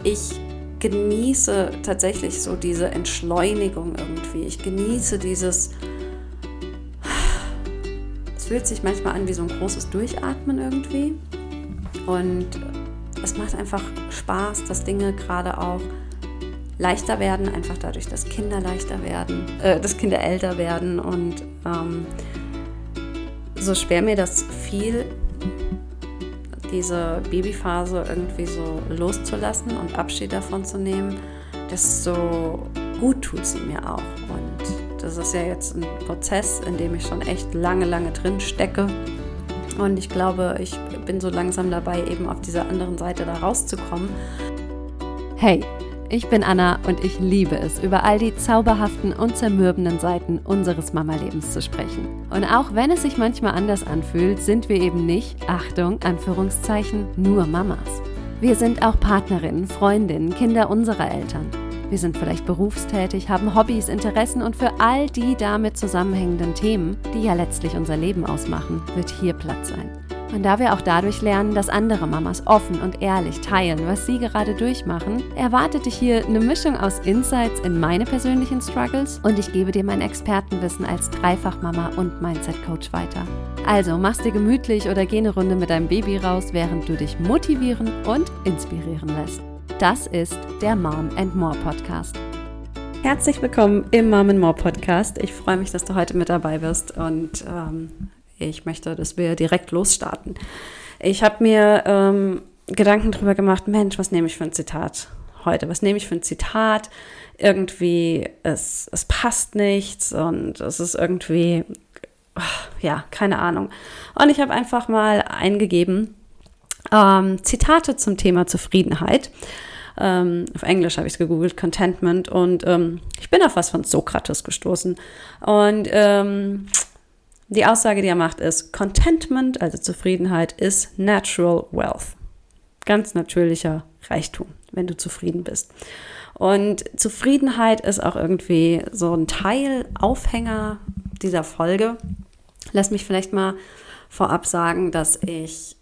ich genieße tatsächlich so diese Entschleunigung irgendwie. Ich genieße es fühlt sich manchmal an wie so ein großes Durchatmen irgendwie. Und es macht einfach Spaß, dass Dinge gerade auch leichter werden, einfach dadurch, dass Kinder älter werden. Und so schwer mir das fiel, diese Babyphase irgendwie so loszulassen und Abschied davon zu nehmen, desto gut tut sie mir auch. Und das ist ja jetzt ein Prozess, in dem ich schon echt lange drin stecke. Und ich glaube, ich bin so langsam dabei, eben auf dieser anderen Seite da rauszukommen. Hey, ich bin Anna und ich liebe es, über all die zauberhaften und zermürbenden Seiten unseres Mama-Lebens zu sprechen. Und auch wenn es sich manchmal anders anfühlt, sind wir eben nicht, Achtung, Anführungszeichen, nur Mamas. Wir sind auch Partnerinnen, Freundinnen, Kinder unserer Eltern. Wir sind vielleicht berufstätig, haben Hobbys, Interessen und für all die damit zusammenhängenden Themen, die ja letztlich unser Leben ausmachen, wird hier Platz sein. Und da wir auch dadurch lernen, dass andere Mamas offen und ehrlich teilen, was sie gerade durchmachen, erwartet dich hier eine Mischung aus Insights in meine persönlichen Struggles und ich gebe dir mein Expertenwissen als Dreifachmama und Mindset-Coach weiter. Also mach's dir gemütlich oder geh eine Runde mit deinem Baby raus, während du dich motivieren und inspirieren lässt. Das ist der Mom and More Podcast. Herzlich willkommen im Mom and More Podcast. Ich freue mich, dass du heute mit dabei bist und ich möchte, dass wir direkt losstarten. Ich habe mir Gedanken darüber gemacht, Mensch, was nehme ich für ein Zitat heute? Was nehme ich für ein Zitat? Irgendwie, es passt nichts und es ist irgendwie, keine Ahnung. Und ich habe einfach mal eingegeben, Zitate zum Thema Zufriedenheit. Auf Englisch habe ich es gegoogelt, Contentment. Und ich bin auf was von Sokrates gestoßen. Und die Aussage, die er macht, ist, Contentment, also Zufriedenheit, ist natural wealth. Ganz natürlicher Reichtum, wenn du zufrieden bist. Und Zufriedenheit ist auch irgendwie so ein Teil, Aufhänger dieser Folge. Lass mich vielleicht mal vorab sagen, dass ich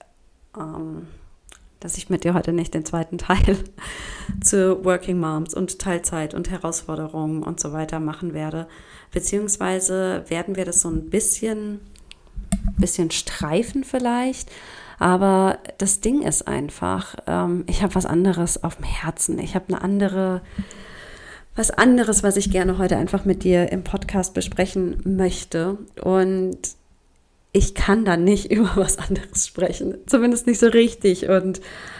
mit dir heute nicht den zweiten Teil zu Working Moms und Teilzeit und Herausforderungen und so weiter machen werde. Beziehungsweise werden wir das so ein bisschen streifen vielleicht. Aber das Ding ist einfach, ich habe was anderes auf dem Herzen. Ich habe was anderes, was ich gerne heute einfach mit dir im Podcast besprechen möchte. Und ich kann da nicht über was anderes sprechen, zumindest nicht so richtig. Und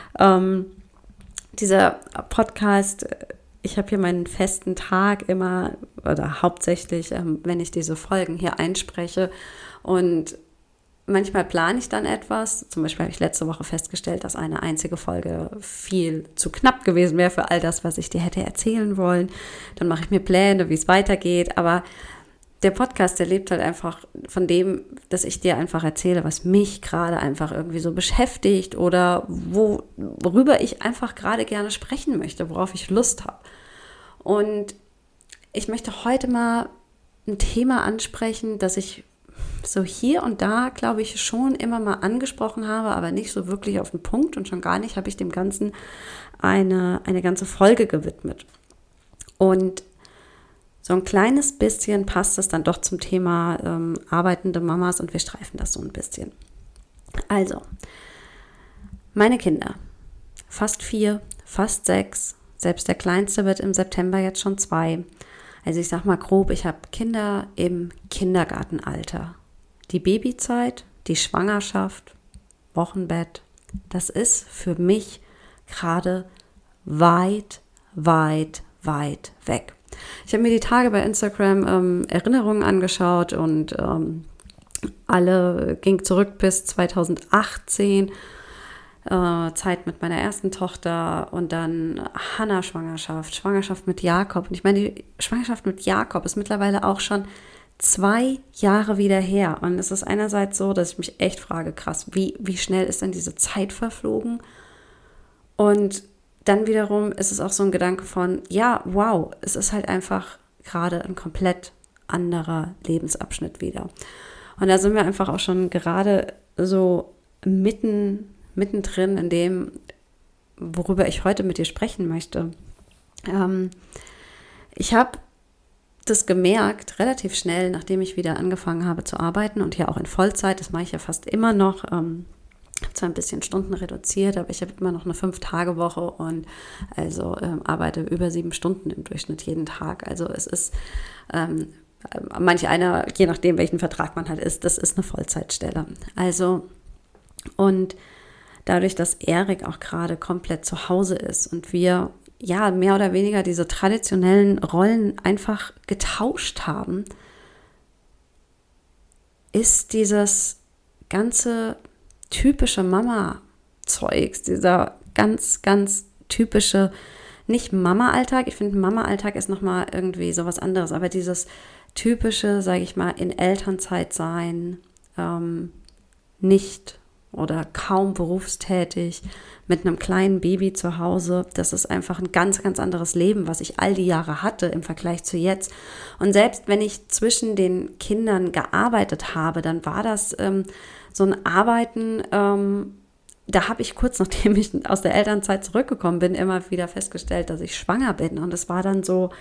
dieser Podcast, ich habe hier meinen festen Tag immer oder hauptsächlich, wenn ich diese Folgen hier einspreche. Und manchmal plane ich dann etwas. Zum Beispiel habe ich letzte Woche festgestellt, dass eine einzige Folge viel zu knapp gewesen wäre für all das, was ich dir hätte erzählen wollen. Dann mache ich mir Pläne, wie es weitergeht. Aber der Podcast, der lebt halt einfach von dem, dass ich dir einfach erzähle, was mich gerade einfach irgendwie so beschäftigt oder worüber ich einfach gerade gerne sprechen möchte, worauf ich Lust habe. Und ich möchte heute mal ein Thema ansprechen, das ich so hier und da, glaube ich, schon immer mal angesprochen habe, aber nicht so wirklich auf den Punkt und schon gar nicht habe ich dem Ganzen eine ganze Folge gewidmet. Und so ein kleines bisschen passt es dann doch zum Thema arbeitende Mamas und wir streifen das so ein bisschen. Also, meine Kinder, fast 4, fast 6, selbst der Kleinste wird im September jetzt schon 2. Also ich sag mal grob, ich habe Kinder im Kindergartenalter. Die Babyzeit, die Schwangerschaft, Wochenbett, das ist für mich gerade weit weg. Ich habe mir die Tage bei Instagram Erinnerungen angeschaut und alle ging zurück bis 2018, Zeit mit meiner ersten Tochter und dann Schwangerschaft mit Jakob. Und ich meine, die Schwangerschaft mit Jakob ist mittlerweile auch schon 2 Jahre wieder her. Und es ist einerseits so, dass ich mich echt frage, krass, wie schnell ist denn diese Zeit verflogen? Und dann wiederum ist es auch so ein Gedanke von, ja, wow, es ist halt einfach gerade ein komplett anderer Lebensabschnitt wieder. Und da sind wir einfach auch schon gerade so mittendrin in dem, worüber ich heute mit dir sprechen möchte. Ich habe das gemerkt, relativ schnell, nachdem ich wieder angefangen habe zu arbeiten und ja auch in Vollzeit, das mache ich ja fast immer noch, habe zwar ein bisschen Stunden reduziert, aber ich habe immer noch eine 5-Tage-Woche und also arbeite über 7 Stunden im Durchschnitt jeden Tag. Also es ist, manch einer, je nachdem welchen Vertrag man hat, das ist eine Vollzeitstelle. Also und dadurch, dass Erik auch gerade komplett zu Hause ist und wir ja mehr oder weniger diese traditionellen Rollen einfach getauscht haben, ist dieses ganze typische Mama-Zeugs, dieser ganz, ganz typische, nicht Mama-Alltag, ich finde Mama-Alltag ist nochmal irgendwie sowas anderes, aber dieses typische, sage ich mal, in Elternzeit sein, nicht oder kaum berufstätig, mit einem kleinen Baby zu Hause. Das ist einfach ein ganz, ganz anderes Leben, was ich all die Jahre hatte im Vergleich zu jetzt. Und selbst wenn ich zwischen den Kindern gearbeitet habe, dann war das so ein Arbeiten, da habe ich kurz nachdem ich aus der Elternzeit zurückgekommen bin, immer wieder festgestellt, dass ich schwanger bin. Und es war dann so,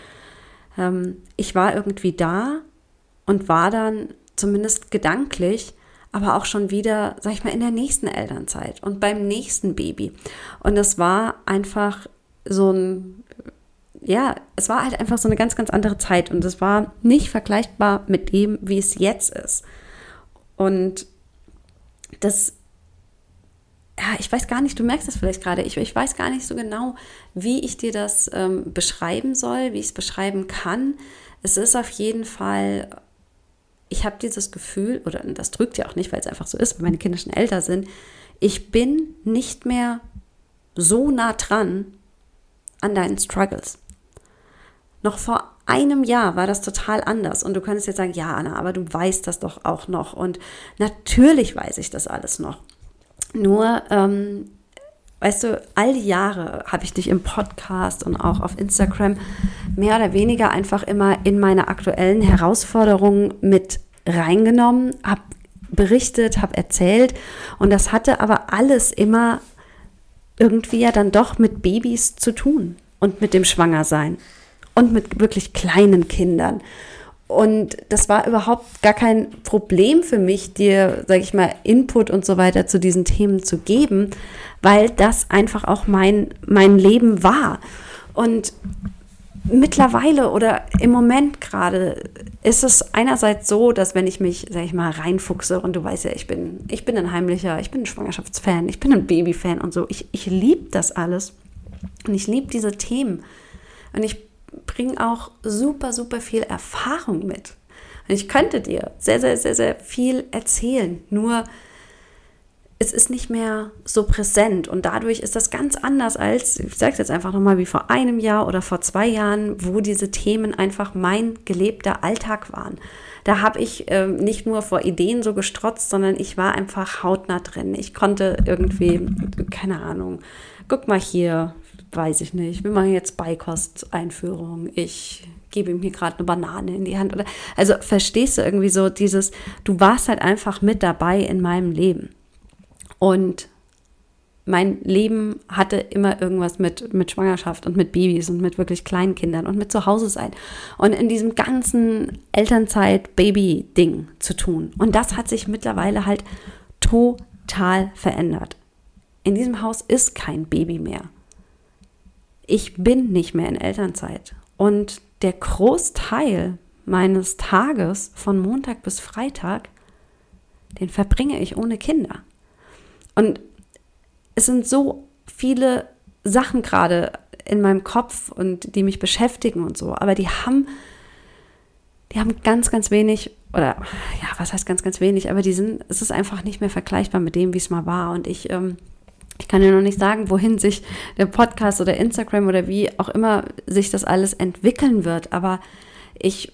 ich war irgendwie da und war dann zumindest gedanklich aber auch schon wieder, sag ich mal, in der nächsten Elternzeit und beim nächsten Baby. Und das war einfach so ein, ja, es war halt einfach so eine ganz, ganz andere Zeit und es war nicht vergleichbar mit dem, wie es jetzt ist. Und das, ja, ich weiß gar nicht, du merkst das vielleicht gerade, ich weiß gar nicht so genau, wie ich dir das beschreiben soll, wie ich es beschreiben kann. Es ist auf jeden Fall, ich habe dieses Gefühl, oder das drückt ja auch nicht, weil es einfach so ist, weil meine Kinder schon älter sind, ich bin nicht mehr so nah dran an deinen Struggles. Noch vor einem Jahr war das total anders und du könntest jetzt sagen, ja Anna, aber du weißt das doch auch noch und natürlich weiß ich das alles noch. Nur, weißt du, all die Jahre habe ich dich im Podcast und auch auf Instagram mehr oder weniger einfach immer in meine aktuellen Herausforderungen mit reingenommen, habe berichtet, habe erzählt und das hatte aber alles immer irgendwie ja dann doch mit Babys zu tun und mit dem Schwangersein und mit wirklich kleinen Kindern. Und das war überhaupt gar kein Problem für mich, dir, sage ich mal, Input und so weiter zu diesen Themen zu geben, weil das einfach auch mein Leben war. Und mittlerweile oder im Moment gerade ist es einerseits so, dass wenn ich mich, sag ich mal, reinfuchse und du weißt ja, ich bin ein Heimlicher, ich bin ein Schwangerschaftsfan, ich bin ein Babyfan und so, ich liebe das alles und ich liebe diese Themen und ich bringe auch super, super viel Erfahrung mit und ich könnte dir sehr, sehr, sehr, sehr viel erzählen, nur es ist nicht mehr so präsent und dadurch ist das ganz anders als, ich sage es jetzt einfach nochmal, wie vor einem Jahr oder vor 2 Jahren, wo diese Themen einfach mein gelebter Alltag waren. Da habe ich nicht nur vor Ideen so gestrotzt, sondern ich war einfach hautnah drin. Ich konnte irgendwie, keine Ahnung, guck mal hier, weiß ich nicht, wir machen jetzt Beikost-Einführung, ich gebe ihm hier gerade eine Banane in die Hand. Oder, also verstehst du irgendwie so dieses, du warst halt einfach mit dabei in meinem Leben. Und mein Leben hatte immer irgendwas mit Schwangerschaft und mit Babys und mit wirklich kleinen Kindern und mit Zuhause sein und in diesem ganzen Elternzeit-Baby-Ding zu tun. Und das hat sich mittlerweile halt total verändert. In diesem Haus ist kein Baby mehr. Ich bin nicht mehr in Elternzeit. Und der Großteil meines Tages von Montag bis Freitag, den verbringe ich ohne Kinder. Und es sind so viele Sachen gerade in meinem Kopf und die mich beschäftigen und so, aber die haben ganz, ganz wenig, oder ja, was heißt ganz, ganz wenig, aber es ist einfach nicht mehr vergleichbar mit dem, wie es mal war. Und ich kann dir noch nicht sagen, wohin sich der Podcast oder Instagram oder wie auch immer sich das alles entwickeln wird, aber ich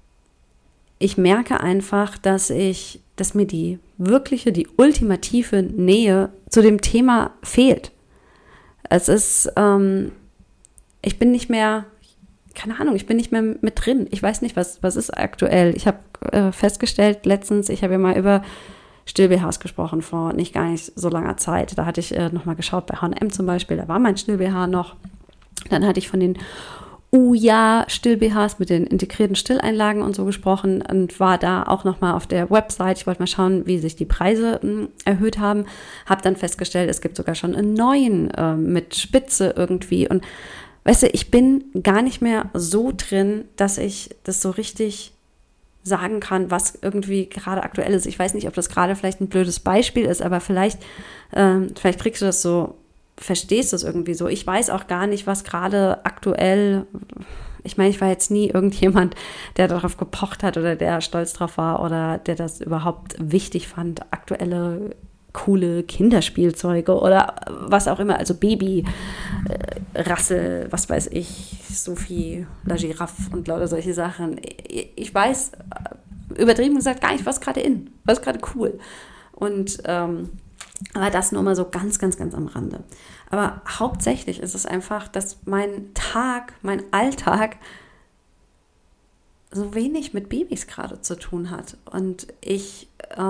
merke einfach, dass mir die ultimative Nähe zu dem Thema fehlt. Es ist, ich bin nicht mehr, keine Ahnung, ich bin nicht mehr mit drin. Ich weiß nicht, was ist aktuell. Ich habe festgestellt letztens, ich habe ja mal über Still-BHs gesprochen vor nicht gar nicht so langer Zeit. Da hatte ich nochmal geschaut bei H&M zum Beispiel, da war mein Still-BH noch. Dann hatte ich von den Still-BHs mit den integrierten Stilleinlagen und so gesprochen und war da auch nochmal auf der Website. Ich wollte mal schauen, wie sich die Preise erhöht haben. Habe dann festgestellt, es gibt sogar schon einen neuen mit Spitze irgendwie. Und weißt du, ich bin gar nicht mehr so drin, dass ich das so richtig sagen kann, was irgendwie gerade aktuell ist. Ich weiß nicht, ob das gerade vielleicht ein blödes Beispiel ist, aber vielleicht kriegst du das so, verstehst du es irgendwie so. Ich weiß auch gar nicht, was gerade aktuell, ich meine, ich war jetzt nie irgendjemand, der darauf gepocht hat oder der stolz drauf war oder der das überhaupt wichtig fand, aktuelle coole Kinderspielzeuge oder was auch immer, also Baby, Rassel, was weiß ich, Sophie, La Giraffe und lauter solche Sachen. Ich weiß, übertrieben gesagt, gar nicht, was gerade cool. Und aber das nur mal so ganz, ganz, ganz am Rande. Aber hauptsächlich ist es einfach, dass mein Alltag so wenig mit Babys gerade zu tun hat. Und ich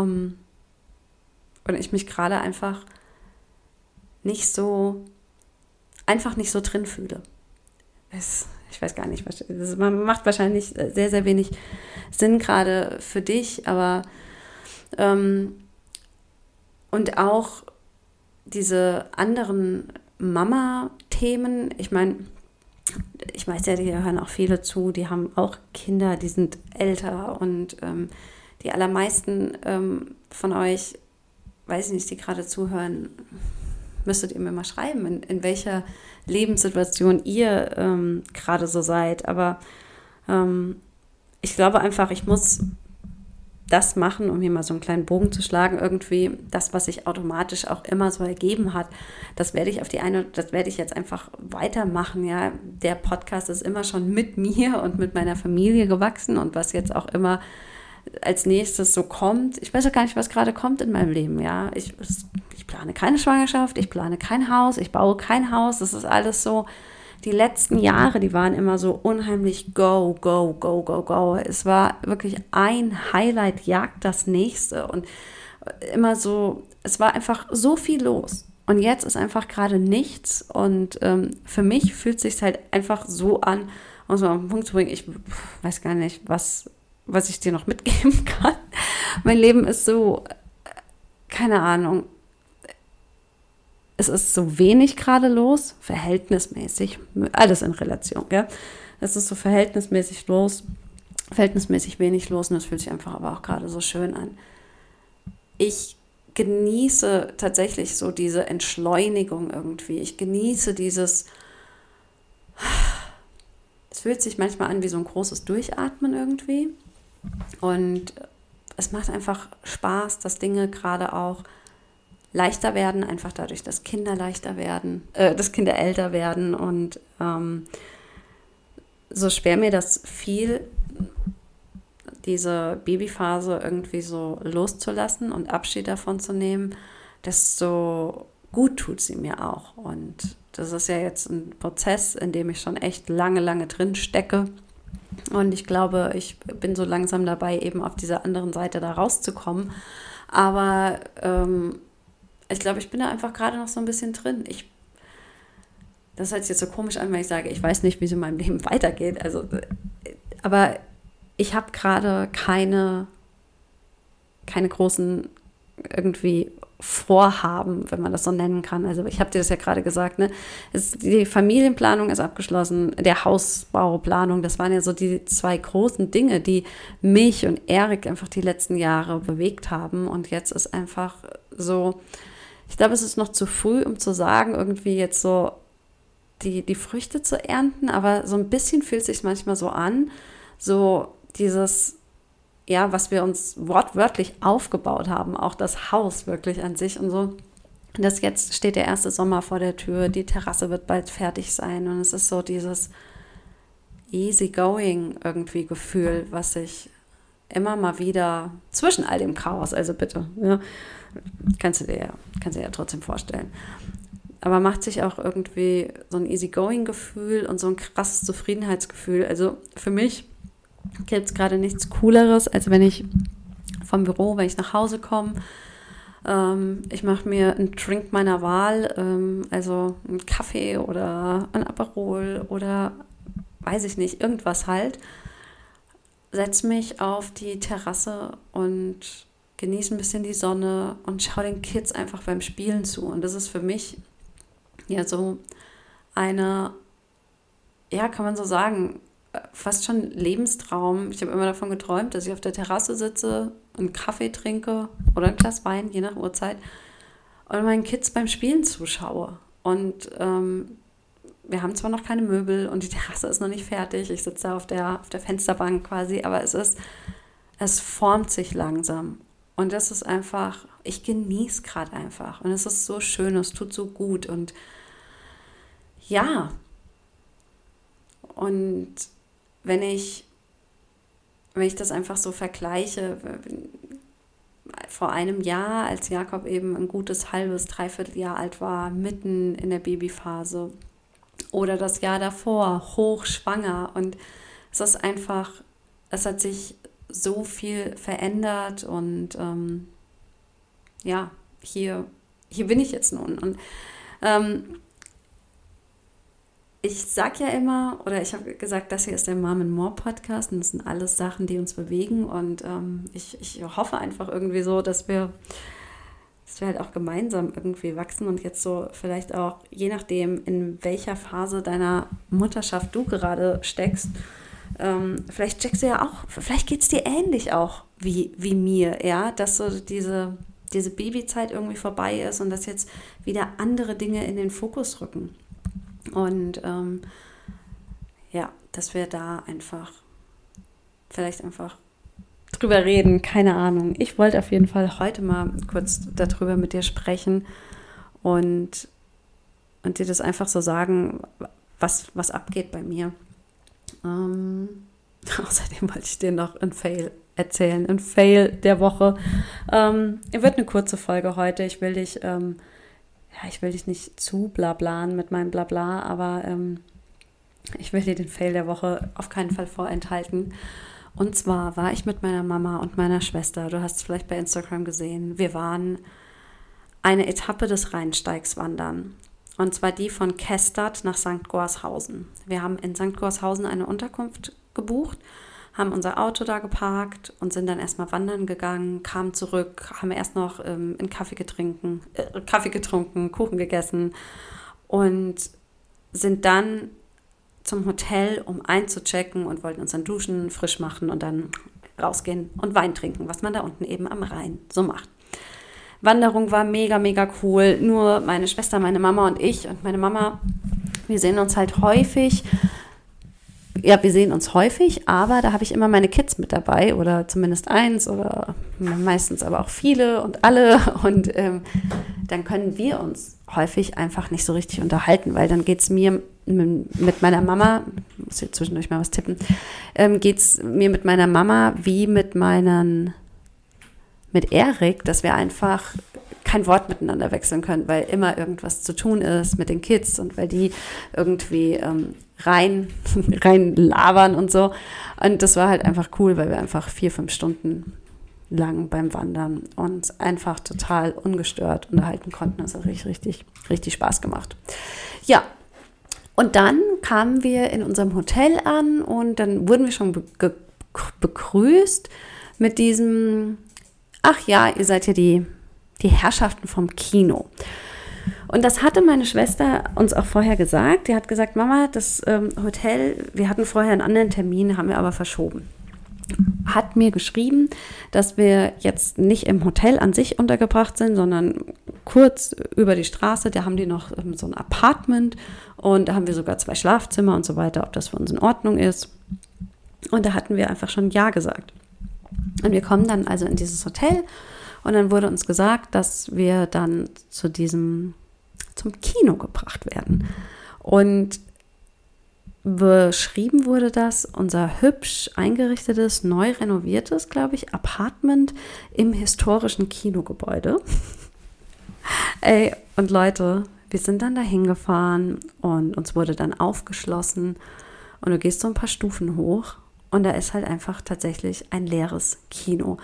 mich gerade einfach nicht so drin fühle. Ich weiß gar nicht, man macht wahrscheinlich sehr, sehr wenig Sinn gerade für dich, aber und auch diese anderen Mama-Themen, ich meine, ich weiß ja, die hören auch viele zu, die haben auch Kinder, die sind älter und die allermeisten von euch, weiß ich nicht, die gerade zuhören, müsstet ihr mir mal schreiben, in welcher Lebenssituation ihr gerade so seid. Aber ich glaube einfach, ich muss das machen, um hier mal so einen kleinen Bogen zu schlagen, irgendwie das, was sich automatisch auch immer so ergeben hat, das werde ich jetzt einfach weitermachen, ja. Der Podcast ist immer schon mit mir und mit meiner Familie gewachsen und was jetzt auch immer als nächstes so kommt, ich weiß auch gar nicht, was gerade kommt in meinem Leben, ja. Ich plane keine Schwangerschaft, ich plane kein Haus, ich baue kein Haus, das ist alles so. Die letzten Jahre, die waren immer so unheimlich go, go, go, go, go. Es war wirklich ein Highlight, jagt das nächste und immer so, es war einfach so viel los. Und jetzt ist einfach gerade nichts und für mich fühlt es sich halt einfach so an, um es mal auf den Punkt zu bringen, ich weiß gar nicht, was ich dir noch mitgeben kann. Mein Leben ist so, keine Ahnung, es ist so wenig gerade los, verhältnismäßig, alles in Relation, gell? Es ist so verhältnismäßig wenig los und es fühlt sich einfach aber auch gerade so schön an. Ich genieße tatsächlich so diese Entschleunigung irgendwie. Ich genieße es fühlt sich manchmal an wie so ein großes Durchatmen irgendwie und es macht einfach Spaß, dass Dinge gerade auch leichter werden, einfach dadurch, dass Kinder älter werden und so schwer mir das fiel, diese Babyphase irgendwie so loszulassen und Abschied davon zu nehmen, desto gut tut sie mir auch. Und das ist ja jetzt ein Prozess, in dem ich schon echt lange, lange drin stecke. Und ich glaube, ich bin so langsam dabei, eben auf dieser anderen Seite da rauszukommen. Aber ich glaube, ich bin da einfach gerade noch so ein bisschen drin. Das hört sich jetzt so komisch an, wenn ich sage, ich weiß nicht, wie es in meinem Leben weitergeht. Also, aber ich habe gerade keine großen irgendwie Vorhaben, wenn man das so nennen kann. Also ich habe dir das ja gerade gesagt, ne? Die Familienplanung ist abgeschlossen, der Hausbauplanung, das waren ja so die zwei großen Dinge, die mich und Erik einfach die letzten Jahre bewegt haben. Und jetzt ist einfach so, ich glaube, es ist noch zu früh, um zu sagen, irgendwie jetzt so die Früchte zu ernten, aber so ein bisschen fühlt es sich manchmal so an, so dieses, ja, was wir uns wortwörtlich aufgebaut haben, auch das Haus wirklich an sich und so. Das jetzt steht der erste Sommer vor der Tür, die Terrasse wird bald fertig sein und es ist so dieses easygoing irgendwie Gefühl, was ich immer mal wieder zwischen all dem Chaos, also bitte, ja, kannst du dir ja trotzdem vorstellen. Aber macht sich auch irgendwie so ein easygoing Gefühl und so ein krasses Zufriedenheitsgefühl. Also für mich gibt es gerade nichts Cooleres, als wenn ich vom Büro, wenn ich nach Hause komme. Ich mache mir einen Drink meiner Wahl, also einen Kaffee oder ein Aperol oder weiß ich nicht, irgendwas halt. Setze mich auf die Terrasse und genieße ein bisschen die Sonne und schaue den Kids einfach beim Spielen zu. Und das ist für mich ja so eine, ja, kann man so sagen, fast schon Lebenstraum. Ich habe immer davon geträumt, dass ich auf der Terrasse sitze, einen Kaffee trinke oder ein Glas Wein, je nach Uhrzeit, und meinen Kids beim Spielen zuschaue. Und wir haben zwar noch keine Möbel und die Terrasse ist noch nicht fertig. Ich sitze da auf der Fensterbank quasi, aber es formt sich langsam. Und das ist einfach, ich genieße gerade einfach. Und es ist so schön, es tut so gut. Und ja, und wenn ich das einfach so vergleiche, vor einem Jahr, als Jakob eben ein gutes halbes, dreiviertel Jahr alt war, mitten in der Babyphase, oder das Jahr davor, hochschwanger, und es ist einfach, es hat sich so viel verändert und ja, hier bin ich jetzt nun. Und ich sage ja immer, oder ich habe gesagt, das hier ist der Mom and More Podcast und das sind alles Sachen, die uns bewegen, und ich hoffe einfach irgendwie so, dass wir halt auch gemeinsam irgendwie wachsen und jetzt so vielleicht auch, je nachdem, in welcher Phase deiner Mutterschaft du gerade steckst, vielleicht checkst du ja auch, vielleicht geht es dir ähnlich auch wie mir, ja, dass so diese Babyzeit irgendwie vorbei ist und dass jetzt wieder andere Dinge in den Fokus rücken. Und ja, dass wir da vielleicht einfach drüber reden, keine Ahnung. Ich wollte auf jeden Fall heute mal kurz darüber mit dir sprechen und dir das einfach so sagen, was abgeht bei mir. Außerdem wollte ich dir noch ein Fail erzählen, ein Fail der Woche. Wird eine kurze Folge heute. Ich will dich nicht zu blablaen mit meinem Blabla, aber ich will dir den Fail der Woche auf keinen Fall vorenthalten. Und zwar war ich mit meiner Mama und meiner Schwester, du hast es vielleicht bei Instagram gesehen, wir waren eine Etappe des Rheinsteigs wandern. Und zwar die von Kestadt nach St. Gorshausen. Wir haben in St. Gorshausen eine Unterkunft gebucht, haben unser Auto da geparkt und sind dann erstmal wandern gegangen, kamen zurück, haben erst noch einen Kaffee getrunken, Kuchen gegessen und sind dann zum Hotel, um einzuchecken, und wollten uns dann duschen, frisch machen und dann rausgehen und Wein trinken, was man da unten eben am Rhein so macht. Wanderung war mega, mega cool. Nur meine Schwester, meine Mama und ich. Und meine Mama, wir sehen uns halt häufig. Ja, wir sehen uns häufig, aber da habe ich immer meine Kids mit dabei oder zumindest eins oder meistens aber auch viele und alle. Und dann können wir uns häufig einfach nicht so richtig unterhalten, weil dann geht es mir mit meiner Mama, ich muss hier zwischendurch mal was tippen, geht es mir mit meiner Mama wie mit Erik, dass wir einfach kein Wort miteinander wechseln können, weil immer irgendwas zu tun ist mit den Kids und weil die irgendwie rein labern und so. Und das war halt einfach cool, weil wir einfach 4-5 Stunden lang beim Wandern uns einfach total ungestört unterhalten konnten. Das hat richtig, richtig Spaß gemacht. Ja, und dann kamen wir in unserem Hotel an und dann wurden wir schon begrüßt mit diesem: Ach ja, ihr seid ja die Herrschaften vom Kino. Und das hatte meine Schwester uns auch vorher gesagt. Die hat gesagt: Mama, das Hotel, wir hatten vorher einen anderen Termin, haben wir aber verschoben. Hat mir geschrieben, dass wir jetzt nicht im Hotel an sich untergebracht sind, sondern kurz über die Straße. Da haben die noch so ein Apartment und da haben wir sogar 2 Schlafzimmer und so weiter, ob das für uns in Ordnung ist. Und da hatten wir einfach schon Ja gesagt. Und wir kommen dann also in dieses Hotel und dann wurde uns gesagt, dass wir dann zum Kino gebracht werden. Und beschrieben wurde das, unser hübsch eingerichtetes, neu renoviertes, glaube ich, Apartment im historischen Kinogebäude. Ey, und Leute, wir sind dann da hingefahren und uns wurde dann aufgeschlossen und du gehst so ein paar Stufen hoch und da ist halt einfach tatsächlich ein leeres Kino.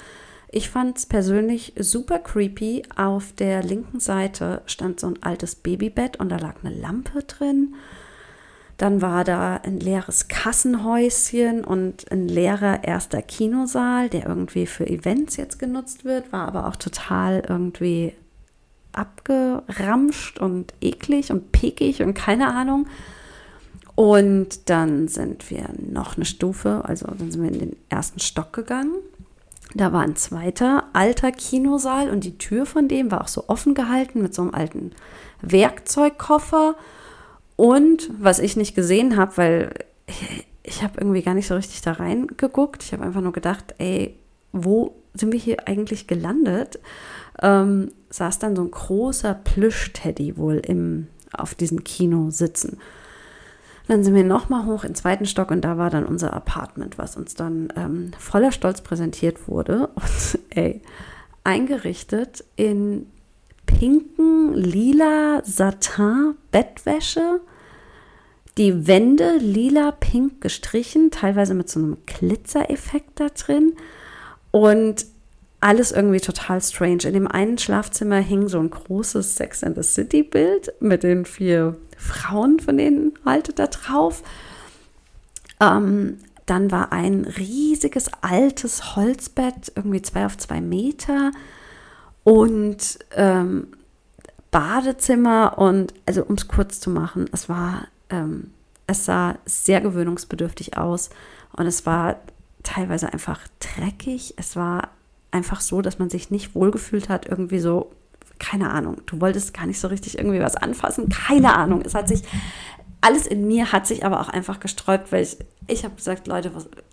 Ich fand es persönlich super creepy. Auf der linken Seite stand so ein altes Babybett und da lag eine Lampe drin. Dann war da ein leeres Kassenhäuschen und ein leerer erster Kinosaal, der irgendwie für Events jetzt genutzt wird, war aber auch total irgendwie abgeramscht und eklig und pickig und keine Ahnung. Und dann sind wir noch eine Stufe, also dann sind wir in den ersten Stock gegangen. Da war ein zweiter alter Kinosaal und die Tür von dem war auch so offen gehalten mit so einem alten Werkzeugkoffer. Und was ich nicht gesehen habe, weil ich habe irgendwie gar nicht so richtig da reingeguckt. Ich habe einfach nur gedacht, ey, wo sind wir hier eigentlich gelandet? Saß dann so ein großer Plüsch-Teddy wohl auf diesem Kino sitzen. Dann sind wir nochmal hoch in den zweiten Stock und da war dann unser Apartment, was uns dann voller Stolz präsentiert wurde. Und eingerichtet in pinken, lila Satin-Bettwäsche. Die Wände lila-pink gestrichen, teilweise mit so einem Glitzereffekt da drin. Und alles irgendwie total strange. In dem einen Schlafzimmer hing so ein großes Sex and the City-Bild mit den 4 Frauen von denen haltet da drauf. Dann war ein riesiges altes Holzbett, irgendwie 2 auf 2 Meter und Badezimmer und, also um es kurz zu machen, es sah sehr gewöhnungsbedürftig aus und es war teilweise einfach dreckig. Es war einfach so, dass man sich nicht wohlgefühlt hat, irgendwie so, keine Ahnung, du wolltest gar nicht so richtig irgendwie was anfassen, keine Ahnung. Alles in mir hat sich aber auch einfach gesträubt, weil ich habe gesagt, Leute,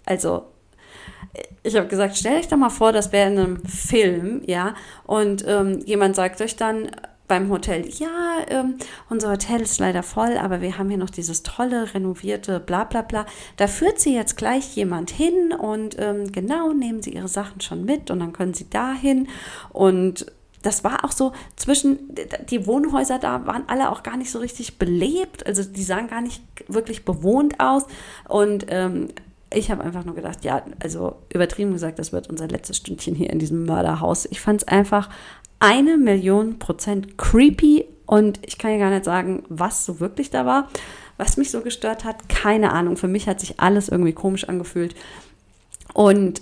ich habe gesagt, stellt euch doch mal vor, das wäre in einem Film, ja, und jemand sagt euch dann beim Hotel, ja, unser Hotel ist leider voll, aber wir haben hier noch dieses tolle, renovierte, bla bla bla. Da führt sie jetzt gleich jemand hin und genau, nehmen sie ihre Sachen schon mit und dann können sie dahin. Und das war auch so die Wohnhäuser da waren alle auch gar nicht so richtig belebt, also die sahen gar nicht wirklich bewohnt aus und ich habe einfach nur gedacht, ja, also übertrieben gesagt, das wird unser letztes Stündchen hier in diesem Mörderhaus. Ich fand es einfach 1.000.000% creepy und ich kann ja gar nicht sagen, was so wirklich da war, was mich so gestört hat, keine Ahnung. Für mich hat sich alles irgendwie komisch angefühlt und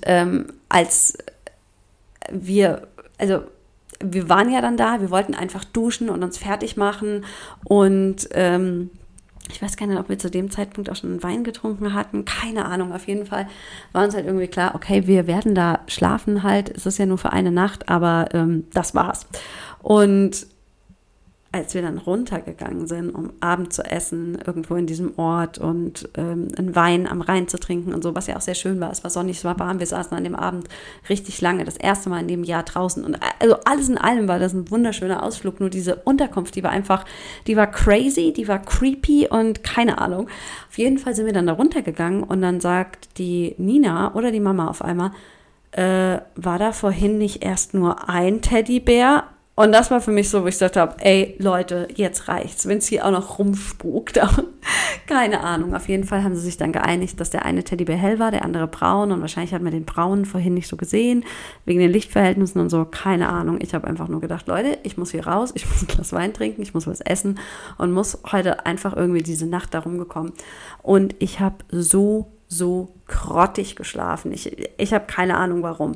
wir waren ja dann da, wir wollten einfach duschen und uns fertig machen und ich weiß gar nicht, ob wir zu dem Zeitpunkt auch schon einen Wein getrunken hatten. Keine Ahnung, auf jeden Fall war uns halt irgendwie klar, okay, wir werden da schlafen halt. Es ist ja nur für eine Nacht, aber das war's. Und als wir dann runtergegangen sind, um Abend zu essen, irgendwo in diesem Ort und einen Wein am Rhein zu trinken und so, was ja auch sehr schön war. Es war sonnig, es war warm, wir saßen an dem Abend richtig lange, das erste Mal in dem Jahr draußen. Und also alles in allem war das ein wunderschöner Ausflug, nur diese Unterkunft, die war crazy, die war creepy und keine Ahnung. Auf jeden Fall sind wir dann da runtergegangen und dann sagt die Nina oder die Mama auf einmal, war da vorhin nicht erst nur ein Teddybär? Und das war für mich so, wo ich gesagt habe, ey Leute, jetzt reicht's, wenn es hier auch noch rumspukt. Keine Ahnung, auf jeden Fall haben sie sich dann geeinigt, dass der eine Teddybär hell war, der andere braun und wahrscheinlich hat man den braunen vorhin nicht so gesehen, wegen den Lichtverhältnissen und so, keine Ahnung. Ich habe einfach nur gedacht, Leute, ich muss hier raus, ich muss ein Glas Wein trinken, ich muss was essen und muss heute einfach irgendwie diese Nacht da rumgekommen. Und ich habe so grottig geschlafen. Ich habe keine Ahnung, warum.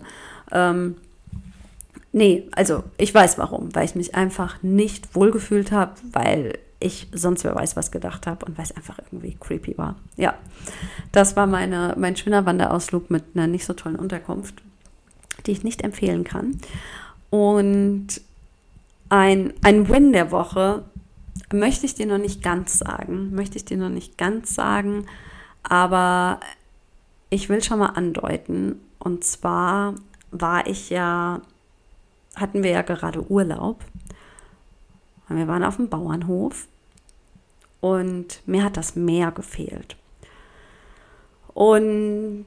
Nee, also ich weiß warum, weil ich mich einfach nicht wohlgefühlt habe, weil ich sonst wer weiß was gedacht habe und weil es einfach irgendwie creepy war. Ja, das war mein schöner Wanderausflug mit einer nicht so tollen Unterkunft, die ich nicht empfehlen kann. Und ein Win der Woche möchte ich dir noch nicht ganz sagen, aber ich will schon mal andeuten. Und zwar hatten wir ja gerade Urlaub. Wir waren auf dem Bauernhof und mir hat das Meer gefehlt. Und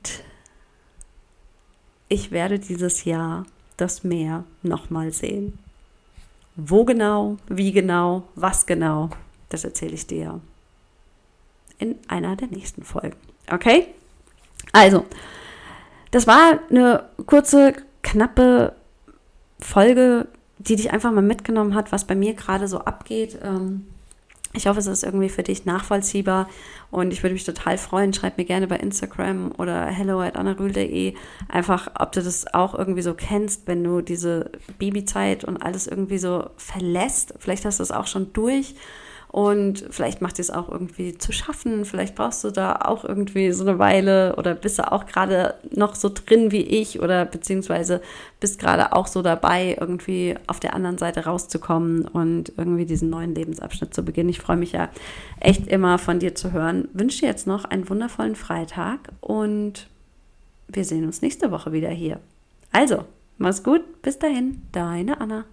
ich werde dieses Jahr das Meer nochmal sehen. Wo genau, wie genau, was genau, das erzähle ich dir in einer der nächsten Folgen. Okay? Also, das war eine kurze knappe Folge, die dich einfach mal mitgenommen hat, was bei mir gerade so abgeht. Ich hoffe, es ist irgendwie für dich nachvollziehbar und ich würde mich total freuen. Schreib mir gerne bei Instagram oder hello@annarühl.de einfach, ob du das auch irgendwie so kennst, wenn du diese Babyzeit und alles irgendwie so verlässt. Vielleicht hast du es auch schon durch und vielleicht macht es auch irgendwie zu schaffen. Vielleicht brauchst du da auch irgendwie so eine Weile oder bist du auch gerade noch so drin wie ich oder beziehungsweise bist gerade auch so dabei, irgendwie auf der anderen Seite rauszukommen und irgendwie diesen neuen Lebensabschnitt zu beginnen. Ich freue mich ja echt immer von dir zu hören. Wünsche dir jetzt noch einen wundervollen Freitag und wir sehen uns nächste Woche wieder hier. Also, mach's gut, bis dahin, deine Anna.